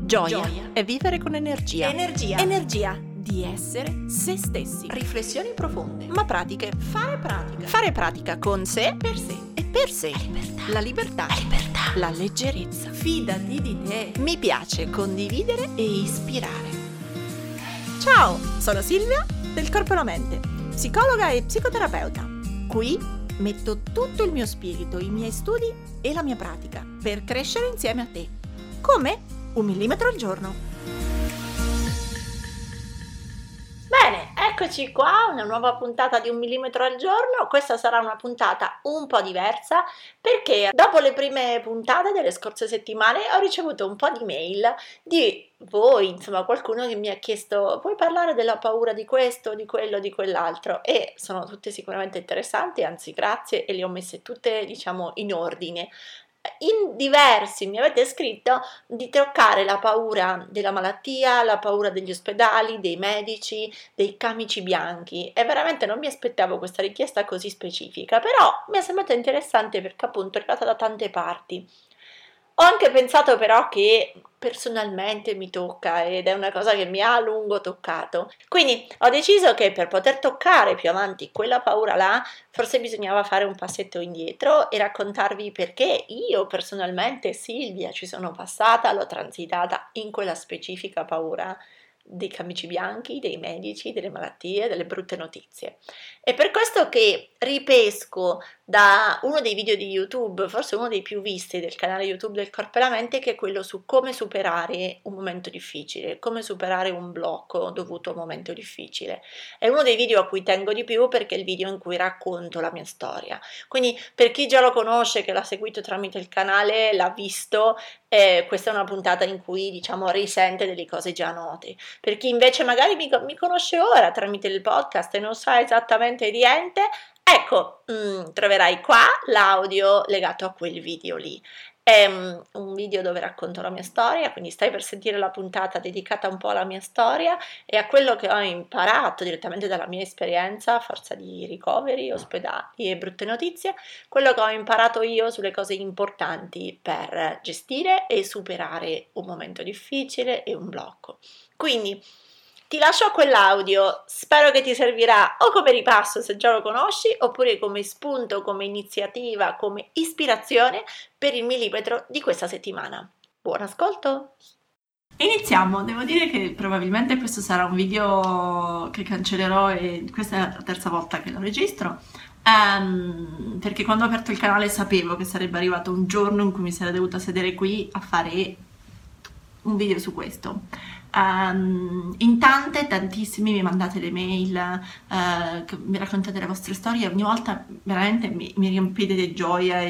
Gioia è vivere con energia. Energia di essere se stessi. Riflessioni profonde, ma pratiche. Fare pratica con sé, Per sé. e per sé. La libertà. La leggerezza. Fidati di te. Mi piace condividere e ispirare. Ciao, sono Silvia del Corpo e la Mente, psicologa e psicoterapeuta. Qui metto tutto il mio spirito, i miei studi e la mia pratica per crescere insieme a te. Come? 1 millimetro al giorno. Bene, eccoci qua, una nuova puntata di 1 millimetro al giorno. Questa sarà una puntata un po' diversa perché dopo le prime puntate delle scorse settimane ho ricevuto un po' di mail di voi, insomma qualcuno che mi ha chiesto: puoi parlare della paura di questo, di quello, di quell'altro? E sono tutte sicuramente interessanti, anzi grazie, e le ho messe tutte diciamo in ordine. In diversi mi avete scritto di toccare la paura della malattia, la paura degli ospedali, dei medici, dei camici bianchi, e veramente non mi aspettavo questa richiesta così specifica, però mi è sembrata interessante perché appunto è arrivata da tante parti. Ho anche pensato però che personalmente mi tocca ed è una cosa che mi ha a lungo toccato, quindi ho deciso che per poter toccare più avanti quella paura là forse bisognava fare un passetto indietro e raccontarvi perché io personalmente, Silvia, ci sono passata, l'ho transitata in quella specifica paura dei camici bianchi, dei medici, delle malattie, delle brutte notizie. È per questo che ripesco da uno dei video di YouTube, forse uno dei più visti del canale YouTube del Corpo e la Mente, che è quello su come superare un momento difficile, come superare un blocco dovuto a un momento difficile. È uno dei video a cui tengo di più perché è il video in cui racconto la mia storia. Quindi per chi già lo conosce, che l'ha seguito tramite il canale, l'ha visto, questa è una puntata in cui diciamo risente delle cose già note. Per chi invece magari mi conosce ora tramite il podcast e non sa esattamente niente, ecco, troverai qua l'audio legato a quel video lì. È un video dove racconto la mia storia, quindi stai per sentire la puntata dedicata un po' alla mia storia e a quello che ho imparato direttamente dalla mia esperienza a forza di ricoveri, ospedali e brutte notizie, quello che ho imparato io sulle cose importanti per gestire e superare un momento difficile e un blocco. Quindi ti lascio a quell'audio, spero che ti servirà o come ripasso se già lo conosci, oppure come spunto, come iniziativa, come ispirazione per il millimetro di questa settimana. Buon ascolto! Iniziamo, devo dire che probabilmente questo sarà un video che cancellerò e questa è la terza volta che lo registro, perché quando ho aperto il canale sapevo che sarebbe arrivato un giorno in cui mi sarei dovuta sedere qui a fare un video su questo. In tantissimi mi mandate le mail, mi raccontate le vostre storie, ogni volta veramente mi riempite di gioia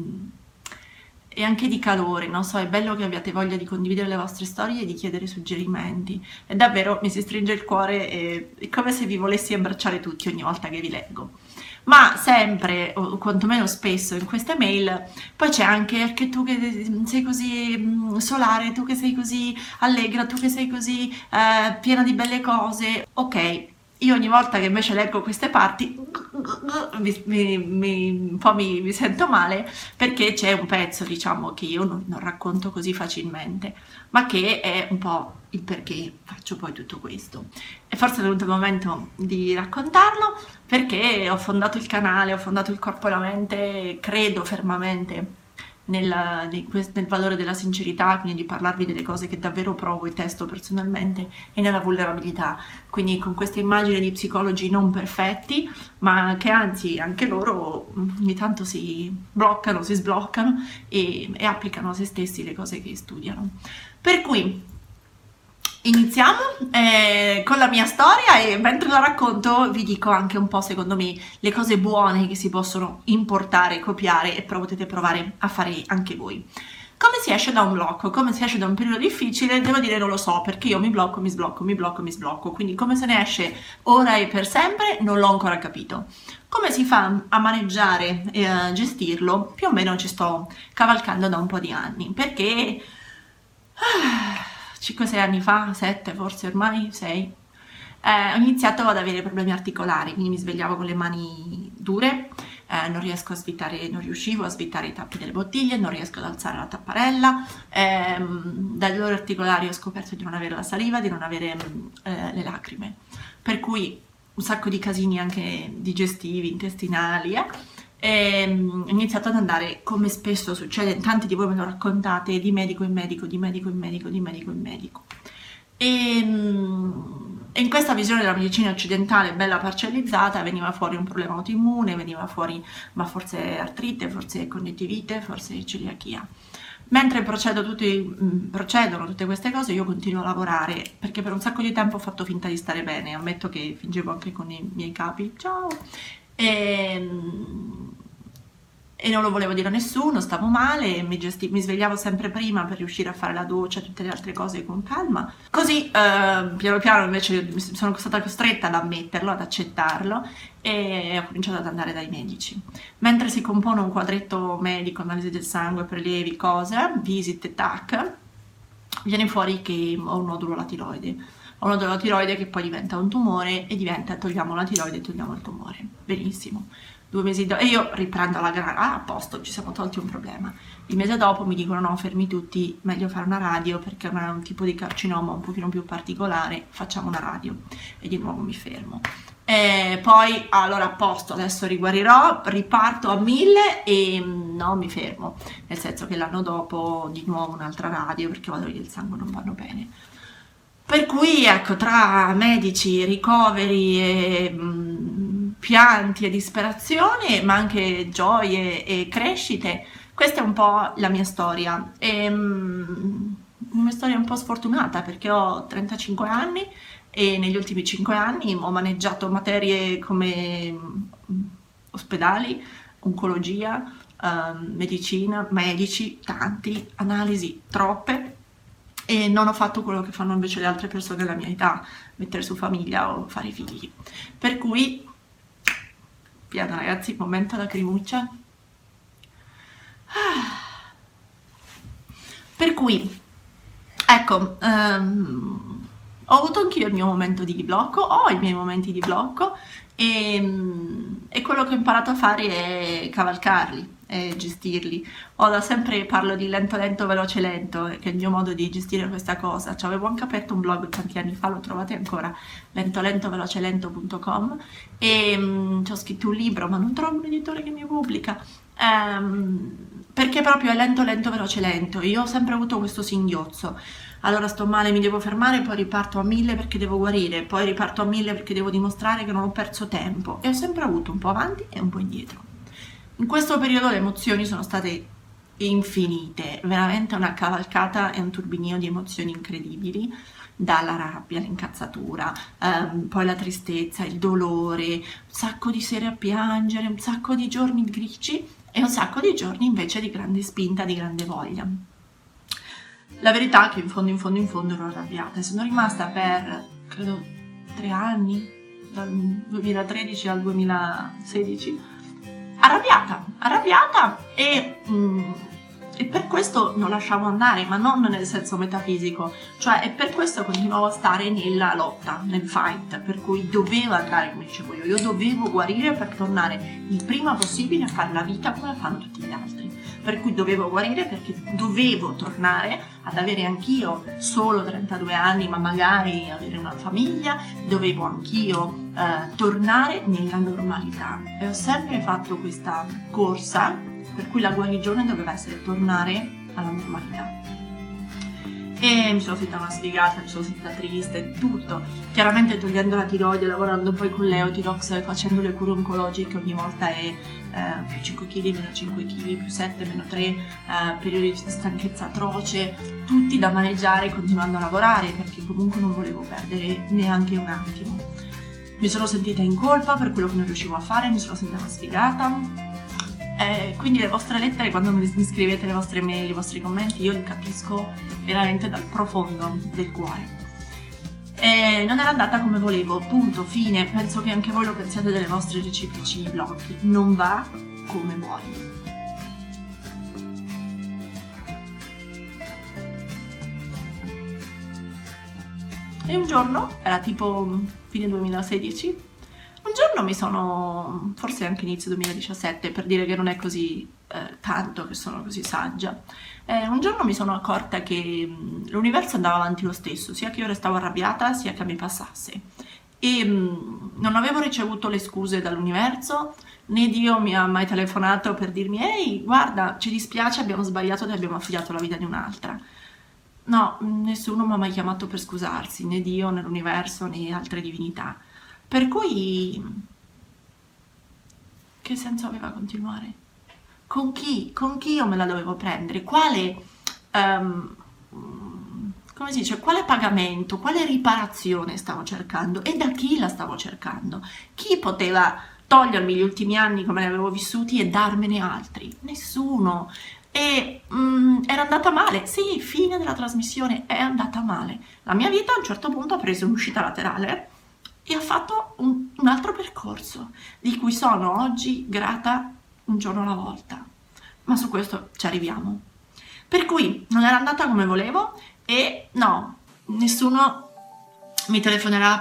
e anche di calore, non so, è bello che abbiate voglia di condividere le vostre storie e di chiedere suggerimenti, e davvero mi si stringe il cuore, è come se vi volessi abbracciare tutti ogni volta che vi leggo. Ma sempre, o quantomeno spesso in queste mail, poi c'è anche che tu che sei così solare, tu che sei così allegra, tu che sei così piena di belle cose. Ok, io ogni volta che invece leggo queste parti un po' mi sento male, perché c'è un pezzo, diciamo, che io non racconto così facilmente, ma che è un po' il perché faccio poi tutto questo. E forse è venuto il momento di raccontarlo, perché ho fondato il canale, ho fondato il Corpo e la Mente, credo fermamente nel valore della sincerità, quindi di parlarvi delle cose che davvero provo e testo personalmente, e nella vulnerabilità, quindi con queste immagini di psicologi non perfetti, ma che anzi anche loro ogni tanto si bloccano, si sbloccano e applicano a se stessi le cose che studiano. Per cui iniziamo con la mia storia, e mentre la racconto vi dico anche un po', secondo me, le cose buone che si possono importare, copiare, e potete provare a fare anche voi. Come si esce da un blocco? Come si esce da un periodo difficile? Devo dire non lo so, perché io mi blocco, quindi come se ne esce ora e per sempre non l'ho ancora capito. Come si fa a maneggiare e a gestirlo? Più o meno ci sto cavalcando da un po' di anni, perché 5-6 anni fa, 7 forse ormai, 6, ho iniziato ad avere problemi articolari, quindi mi svegliavo con le mani dure, non riuscivo a svitare i tappi delle bottiglie, non riesco ad alzare la tapparella, dai dolori articolari ho scoperto di non avere la saliva, di non avere le lacrime, per cui un sacco di casini anche digestivi, intestinali, e ho iniziato ad andare, come spesso succede, tanti di voi me lo raccontate, di medico in medico, di medico in medico, di medico in medico. E in questa visione della medicina occidentale bella parcellizzata veniva fuori un problema autoimmune, veniva fuori ma forse artrite, forse congiuntivite, forse celiachia. Mentre procedono tutte queste cose, io continuo a lavorare, perché per un sacco di tempo ho fatto finta di stare bene, ammetto che fingevo anche con i miei capi, ciao, e non lo volevo dire a nessuno, stavo male, mi svegliavo sempre prima per riuscire a fare la doccia e tutte le altre cose con calma. Così piano piano invece sono stata costretta ad ammetterlo, ad accettarlo, e ho cominciato ad andare dai medici. Mentre si compone un quadretto medico, analisi del sangue, prelievi, cose, visit e tac, viene fuori che ho un nodulo alla tiroide. Ho un nodulo alla tiroide che poi diventa un tumore e togliamo la tiroide e togliamo il tumore. Benissimo. 2 mesi dopo, e io riprendo la gara, a posto, ci siamo tolti un problema. Il mese dopo mi dicono no, fermi tutti, meglio fare una radio perché è un tipo di carcinoma un pochino più particolare, facciamo una radio. E di nuovo mi fermo. E poi, allora a posto, adesso riguarirò, riparto a 1000 e no, mi fermo. Nel senso che l'anno dopo di nuovo un'altra radio perché i valori del sangue non vanno bene. Per cui ecco, tra medici, ricoveri e pianti e disperazione, ma anche gioie e crescite, questa è un po' la mia storia. Una storia un po' sfortunata perché ho 35 anni e negli ultimi 5 anni ho maneggiato materie come ospedali, oncologia, medicina, medici, tanti, analisi, troppe. E non ho fatto quello che fanno invece le altre persone della mia età, mettere su famiglia o fare figli. Per cui, piano ragazzi, momento lacrimuccia. Per cui, ecco, ho avuto anch'io il mio momento di blocco, ho i miei momenti di blocco e quello che ho imparato a fare è cavalcarli, e gestirli. Da sempre parlo di lento lento veloce lento, che è il mio modo di gestire questa cosa. Avevo anche aperto un blog tanti anni fa, lo trovate ancora, lentolentovelocelento.com, e ci ho scritto un libro ma non trovo un editore che mi pubblica, perché proprio è lento lento veloce lento. Io ho sempre avuto questo singhiozzo. Allora sto male, mi devo fermare, poi riparto a 1000 perché devo guarire, poi riparto a 1000 perché devo dimostrare che non ho perso tempo, e ho sempre avuto un po' avanti e un po' indietro. In questo periodo le emozioni sono state infinite, veramente una cavalcata e un turbinio di emozioni incredibili, dalla rabbia all'incazzatura, poi la tristezza, il dolore, un sacco di sere a piangere, un sacco di giorni grigi e un sacco di giorni invece di grande spinta, di grande voglia. La verità è che in fondo ero arrabbiata e sono rimasta per, credo, 3 anni, dal 2013 al 2016, arrabbiata e per questo non lasciavo andare, ma non nel senso metafisico, cioè e per questo continuavo a stare nella lotta, nel fight, per cui dovevo andare, come dicevo io dovevo guarire per tornare il prima possibile a fare la vita come la fanno tutti gli altri, per cui dovevo guarire perché dovevo tornare ad avere anch'io solo 32 anni, ma magari avere una famiglia, dovevo anch'io tornare nella normalità, e ho sempre fatto questa corsa per cui la guarigione doveva essere tornare alla normalità. E mi sono sentita una sfigata, mi sono sentita triste, tutto. Chiaramente togliendo la tiroide, lavorando poi con l'Eutirox, facendo le cure oncologiche, ogni volta è più 5 kg, meno 5 kg, più 7, meno 3, periodi di stanchezza atroce, tutti da maneggiare continuando a lavorare, perché comunque non volevo perdere neanche un attimo. Mi sono sentita in colpa per quello che non riuscivo a fare, mi sono sentita sfigata. Quindi le vostre lettere, quando mi scrivete le vostre mail, i vostri commenti, io li capisco veramente dal profondo del cuore. Non era andata come volevo, punto, fine. Penso che anche voi lo pensiate delle vostre reciproci blocchi. Non va come vuoi. E un giorno, era tipo fine 2016, un giorno giorno mi sono, forse anche inizio 2017, per dire che non è così tanto che sono così saggia, un giorno mi sono accorta che l'universo andava avanti lo stesso, sia che io restavo arrabbiata, sia che mi passasse. E non avevo ricevuto le scuse dall'universo, né Dio mi ha mai telefonato per dirmi ehi, guarda, ci dispiace, abbiamo sbagliato, ti abbiamo affidato la vita di un'altra. No, nessuno mi ha mai chiamato per scusarsi, né Dio, né l'universo, né altre divinità. Per cui, che senso aveva continuare? Con chi? Con chi io me la dovevo prendere? Quale, come si dice, quale pagamento, quale riparazione stavo cercando e da chi la stavo cercando? Chi poteva togliermi gli ultimi anni come li avevo vissuti e darmene altri? Nessuno. E era andata male, sì, fine della trasmissione, è andata male. La mia vita a un certo punto ha preso un'uscita laterale e ha fatto un altro percorso, di cui sono oggi grata un giorno alla volta. Ma su questo ci arriviamo. Per cui non era andata come volevo e no, nessuno mi telefonerà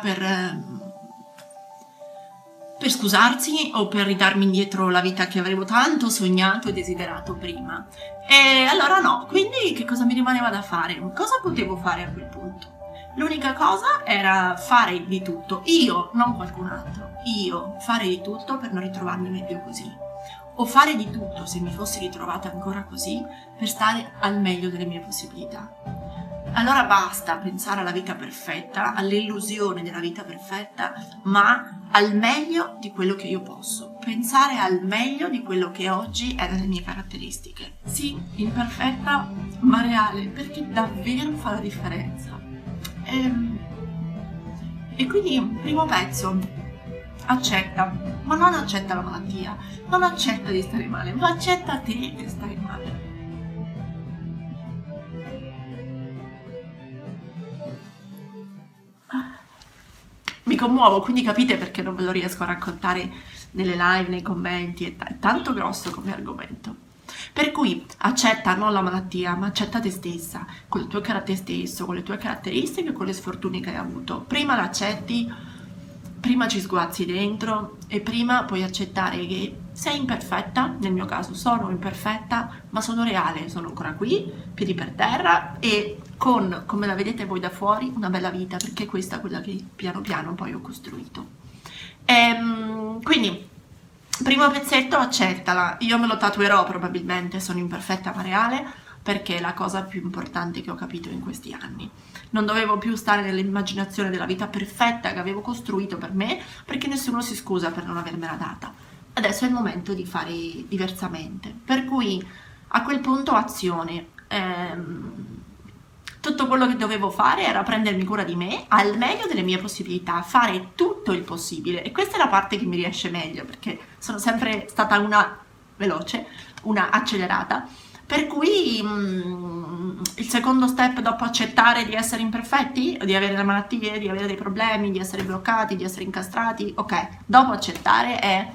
per scusarsi o per ridarmi indietro la vita che avevo tanto sognato e desiderato prima. E allora no, quindi che cosa mi rimaneva da fare? Cosa potevo fare a quel punto? L'unica cosa era fare di tutto, io, non qualcun altro, io fare di tutto per non ritrovarmi mai più così. O fare di tutto, se mi fossi ritrovata ancora così, per stare al meglio delle mie possibilità. Allora basta pensare alla vita perfetta, all'illusione della vita perfetta, ma al meglio di quello che io posso. Pensare al meglio di quello che oggi è nelle mie caratteristiche. Sì, imperfetta, ma reale, perché davvero fa la differenza. E quindi, primo pezzo, accetta, ma non accetta la malattia, non accetta di stare male, ma accetta te che stai male. Mi commuovo, quindi capite perché non ve lo riesco a raccontare nelle live, nei commenti, è tanto grosso come argomento. Per cui accetta non la malattia, ma accetta te stessa, con il tuo carattere stesso, con le tue caratteristiche, con le sfortune che hai avuto. Prima l'accetti, prima ci sguazzi dentro e prima puoi accettare che sei imperfetta, nel mio caso sono imperfetta, ma sono reale, sono ancora qui, piedi per terra e con, come la vedete voi da fuori, una bella vita, perché questa è quella che piano piano poi ho costruito. Quindi, primo pezzetto, accettala. Io me lo tatuerò probabilmente, sono imperfetta ma reale, perché è la cosa più importante che ho capito in questi anni. Non dovevo più stare nell'immaginazione della vita perfetta che avevo costruito per me, perché nessuno si scusa per non avermela data. Adesso è il momento di fare diversamente. Per cui a quel punto azione. Tutto quello che dovevo fare era prendermi cura di me al meglio delle mie possibilità, fare tutto il possibile. E questa è la parte che mi riesce meglio, perché sono sempre stata una veloce, una accelerata. Per cui il secondo step dopo accettare di essere imperfetti, di avere le malattie, di avere dei problemi, di essere bloccati, di essere incastrati, ok, dopo accettare è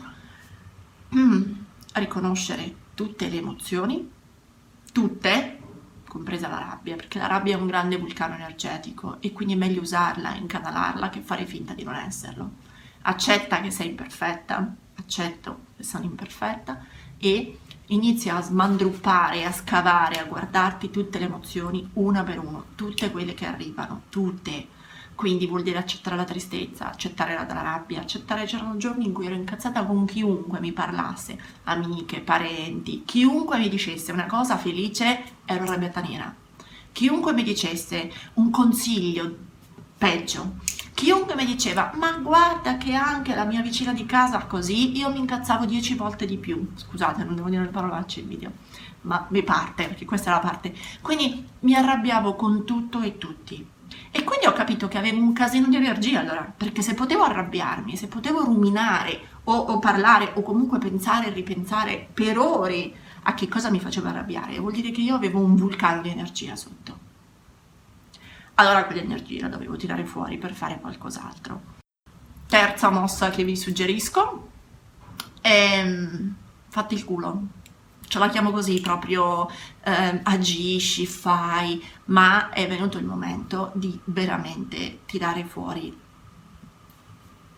riconoscere tutte le emozioni, tutte, compresa la rabbia, perché la rabbia è un grande vulcano energetico e quindi è meglio usarla, incanalarla, che fare finta di non esserlo. Accetta che sei imperfetta, accetto che sono imperfetta e inizia a smandruppare, a scavare, a guardarti tutte le emozioni una per una, tutte quelle che arrivano, tutte. Quindi vuol dire accettare la tristezza, accettare la rabbia, accettare, c'erano giorni in cui ero incazzata con chiunque mi parlasse, amiche, parenti, chiunque mi dicesse una cosa felice, ero arrabbiata nera. Chiunque mi dicesse un consiglio, peggio. Chiunque mi diceva, ma guarda che anche la mia vicina di casa così, io mi incazzavo 10 volte di più. Scusate, non devo dire le parolacce in video, ma mi parte, perché questa è la parte. Quindi mi arrabbiavo con tutto e tutti. E quindi ho capito che avevo un casino di energia allora, perché se potevo arrabbiarmi, se potevo ruminare o parlare o comunque pensare e ripensare per ore a che cosa mi faceva arrabbiare, vuol dire che io avevo un vulcano di energia sotto. Allora quell'energia la dovevo tirare fuori per fare qualcos'altro. Terza mossa che vi suggerisco è fatti il culo. Ce la chiamo così proprio, agisci, fai, ma è venuto il momento di veramente tirare fuori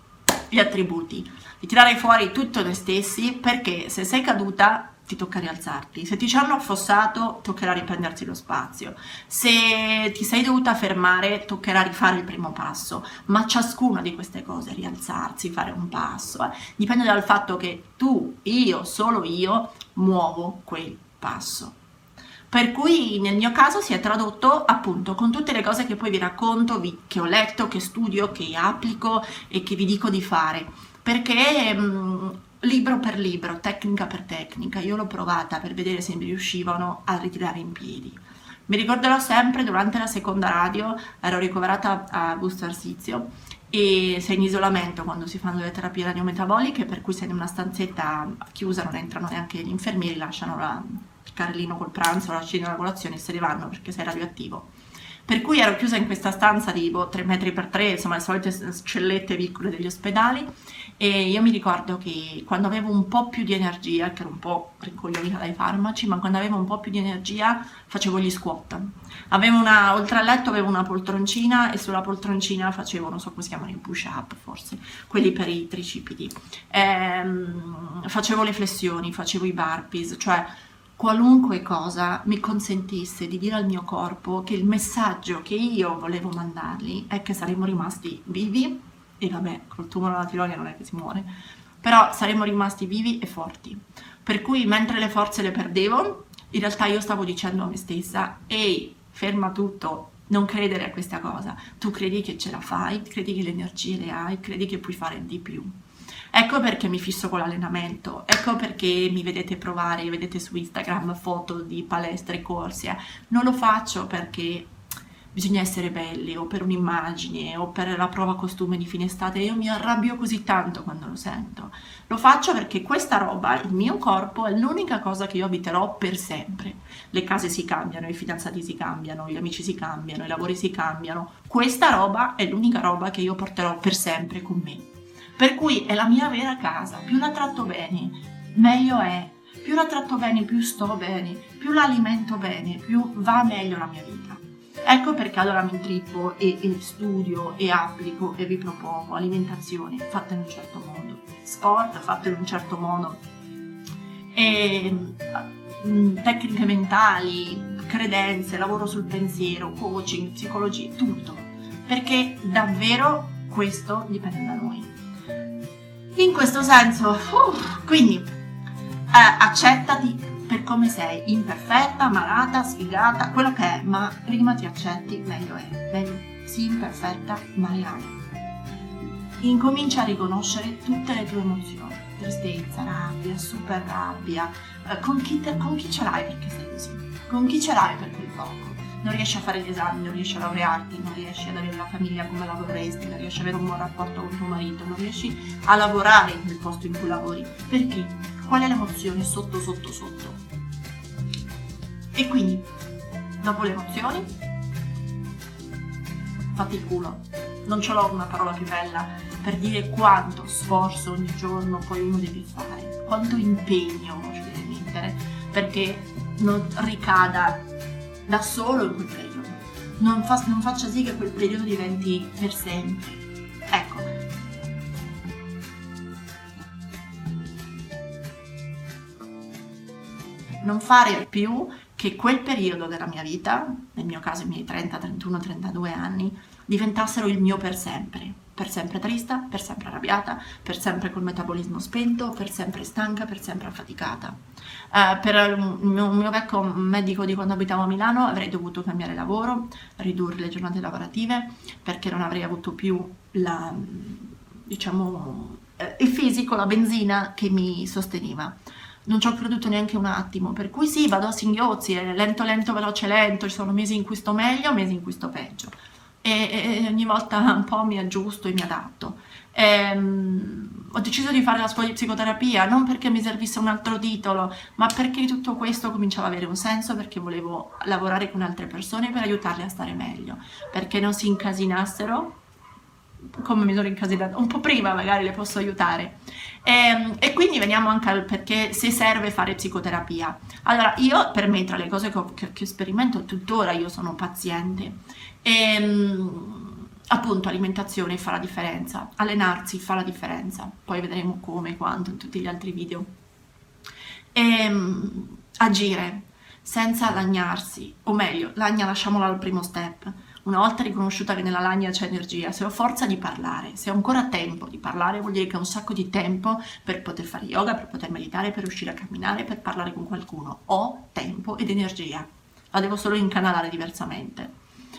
gli attributi, di tirare fuori tutto te stessi, perché se sei caduta ti tocca rialzarti, se ti ci hanno affossato toccherà riprendersi lo spazio, se ti sei dovuta fermare toccherà rifare il primo passo, ma ciascuna di queste cose, rialzarsi, fare un passo, dipende dal fatto che tu, io, solo io muovo quel passo. Per cui nel mio caso si è tradotto appunto con tutte le cose che poi vi racconto, che ho letto, che studio, che applico e che vi dico di fare, perché libro per libro, tecnica per tecnica, io l'ho provata per vedere se mi riuscivano a ritirare in piedi. Mi ricorderò sempre, durante la seconda radio ero ricoverata a Busto Arsizio e sei in isolamento quando si fanno le terapie radiometaboliche, per cui sei in una stanzetta chiusa, non entrano neanche gli infermieri, lasciano il carrellino col pranzo, la cena, la colazione e se ne vanno perché sei radioattivo. Per cui ero chiusa in questa stanza di 3 metri per 3, insomma le solite cellette piccole degli ospedali, e io mi ricordo che quando avevo un po' più di energia, che ero un po' rincoglionita dai farmaci, ma quando avevo un po' più di energia facevo gli squat. Oltre al letto avevo una poltroncina e sulla poltroncina facevo, non so come si chiamano, i push up forse, quelli per i tricipiti. Facevo le flessioni, facevo i burpees, cioè qualunque cosa mi consentisse di dire al mio corpo che il messaggio che io volevo mandargli è che saremmo rimasti vivi, e vabbè, col tumore alla tiroide non è che si muore, però saremmo rimasti vivi e forti. Per cui mentre le forze le perdevo, in realtà io stavo dicendo a me stessa: ehi, ferma tutto, non credere a questa cosa, tu credi che ce la fai, credi che le energie le hai, credi che puoi fare di più. Ecco perché mi fisso con l'allenamento, ecco perché mi vedete provare, vedete su Instagram foto di palestre e corsi. Non lo faccio perché bisogna essere belli o per un'immagine o per la prova costume di fine estate. Io mi arrabbio così tanto quando lo sento. Lo faccio perché questa roba, il mio corpo, è l'unica cosa che io abiterò per sempre. Le case si cambiano, i fidanzati si cambiano, gli amici si cambiano, i lavori si cambiano. Questa roba è l'unica roba che io porterò per sempre con me. Per cui è la mia vera casa, più la tratto bene, meglio è, più la tratto bene, più sto bene, più la alimento bene, più va meglio la mia vita. Ecco perché allora mi intrippo e studio e applico e vi propongo alimentazione fatta in un certo modo, sport fatto in un certo modo, e tecniche mentali, credenze, lavoro sul pensiero, coaching, psicologia, tutto, perché davvero questo dipende da noi. In questo senso, quindi accettati per come sei, imperfetta, malata, sfigata, quello che è, ma prima ti accetti meglio è, meglio sii imperfetta ma reale. Incomincia a riconoscere tutte le tue emozioni, tristezza, rabbia, super rabbia, con chi ce l'hai perché sei così, con chi ce l'hai per quel poco. Non riesci a fare gli esami, non riesci a laurearti, non riesci ad avere la famiglia come la vorresti, non riesci ad avere un buon rapporto con tuo marito, non riesci a lavorare nel posto in cui lavori. Perché? Qual è l'emozione sotto? E quindi, dopo le emozioni, fatti il culo. Non ce l'ho una parola più bella per dire quanto sforzo ogni giorno poi uno deve fare, quanto impegno uno ci deve mettere perché non ricada da solo in quel periodo, non faccia sì che quel periodo diventi per sempre. Ecco, non fare più che quel periodo della mia vita, nel mio caso i miei 30, 31, 32 anni, diventassero il mio per sempre trista, per sempre arrabbiata, per sempre col metabolismo spento, per sempre stanca, per sempre affaticata. Per il mio vecchio medico di quando abitavo a Milano avrei dovuto cambiare lavoro, ridurre le giornate lavorative, perché non avrei avuto più il fisico, la benzina che mi sosteneva. Non ci ho creduto neanche un attimo, per cui sì, vado a singhiozzi, è lento, veloce, lento, ci sono mesi in cui sto meglio, mesi in cui sto peggio. E ogni volta un po' mi aggiusto e mi adatto. Ho deciso di fare la scuola di psicoterapia non perché mi servisse un altro titolo, ma perché tutto questo cominciava ad avere un senso, perché volevo lavorare con altre persone per aiutarle a stare meglio, perché non si incasinassero come mi sono incasinata un po' prima, magari le posso aiutare. E quindi veniamo anche al perché, se serve fare psicoterapia. Allora, io, per me, tra le cose che sperimento tuttora, io sono paziente appunto alimentazione fa la differenza, allenarsi fa la differenza, poi vedremo come, quanto in tutti gli altri video. E agire senza lagnarsi, o meglio, lagna lasciamola al primo step. Una volta riconosciuta che nella lagna c'è energia, se ho forza di parlare, se ho ancora tempo di parlare, vuol dire che ho un sacco di tempo per poter fare yoga, per poter meditare, per uscire a camminare, per parlare con qualcuno. Ho tempo ed energia, la devo solo incanalare diversamente.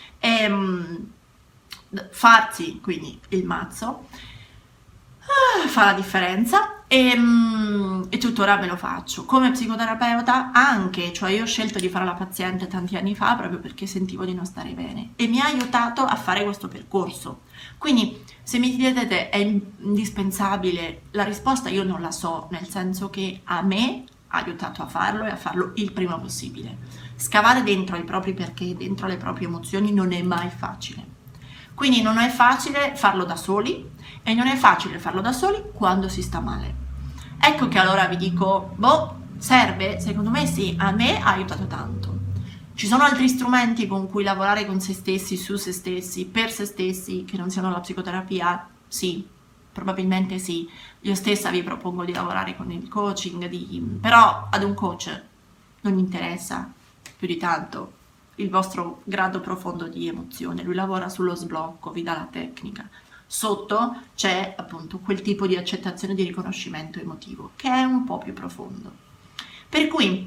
Farsi quindi il mazzo fa la differenza e tuttora me lo faccio come psicoterapeuta anche, cioè io ho scelto di fare la paziente tanti anni fa proprio perché sentivo di non stare bene e mi ha aiutato a fare questo percorso. Quindi se mi chiedete è indispensabile, la risposta io non la so, nel senso che a me ha aiutato a farlo e a farlo il prima possibile. Scavare dentro i propri perché, dentro le proprie emozioni non è mai facile. Quindi non è facile farlo da soli e non è facile farlo da soli quando si sta male. Ecco che allora vi dico, serve? Secondo me sì, a me ha aiutato tanto. Ci sono altri strumenti con cui lavorare con se stessi, su se stessi, per se stessi, che non siano la psicoterapia? Sì, probabilmente sì. Io stessa vi propongo di lavorare con il coaching, però ad un coach non interessa più di tanto il vostro grado profondo di emozione, lui lavora sullo sblocco, vi dà la tecnica. Sotto c'è appunto quel tipo di accettazione di riconoscimento emotivo che è un po' più profondo. Per cui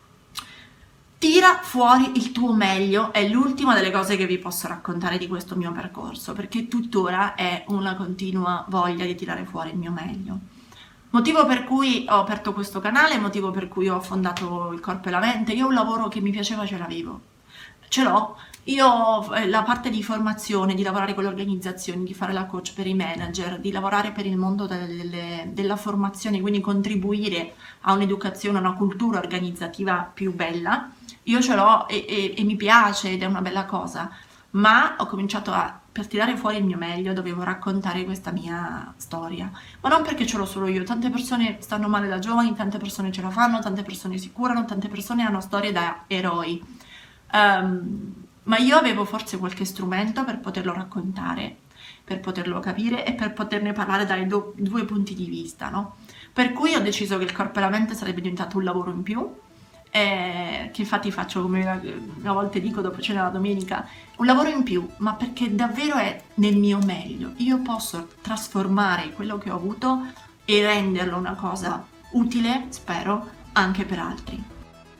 tira fuori il tuo meglio, è l'ultima delle cose che vi posso raccontare di questo mio percorso, perché tuttora è una continua voglia di tirare fuori il mio meglio. Motivo per cui ho aperto questo canale, motivo per cui ho fondato il Corpo e la Mente. Io un lavoro che mi piaceva ce l'avevo. Ce l'ho, io la parte di formazione, di lavorare con le organizzazioni, di fare la coach per i manager, di lavorare per il mondo della formazione, quindi contribuire a un'educazione, a una cultura organizzativa più bella, io ce l'ho e mi piace ed è una bella cosa, ma ho cominciato per tirare fuori il mio meglio dovevo raccontare questa mia storia, ma non perché ce l'ho solo io, tante persone stanno male da giovani, tante persone ce la fanno, tante persone si curano, tante persone hanno storie da eroi. Ma io avevo forse qualche strumento per poterlo raccontare, per poterlo capire e per poterne parlare dai due punti di vista, no? Per cui ho deciso che il Corpo e la Mente sarebbe diventato un lavoro in più, che infatti faccio come a volte dico dopo cena la domenica, un lavoro in più, ma perché davvero è nel mio meglio. Io posso trasformare quello che ho avuto e renderlo una cosa utile, spero, anche per altri.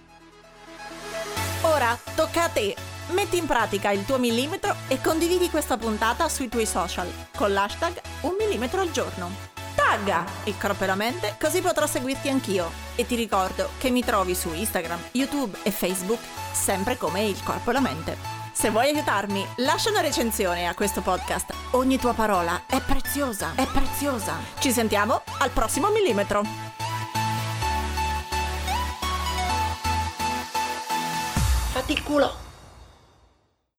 Ora tocca a te. Metti in pratica il tuo millimetro e condividi questa puntata sui tuoi social con l'hashtag 1 millimetro al giorno. Tagga il Corpo e la Mente così potrò seguirti anch'io. E ti ricordo che mi trovi su Instagram, YouTube e Facebook sempre come il Corpo e la Mente. Se vuoi aiutarmi, lascia una recensione a questo podcast. Ogni tua parola è preziosa, è preziosa. Ci sentiamo al prossimo millimetro. Fatti il culo.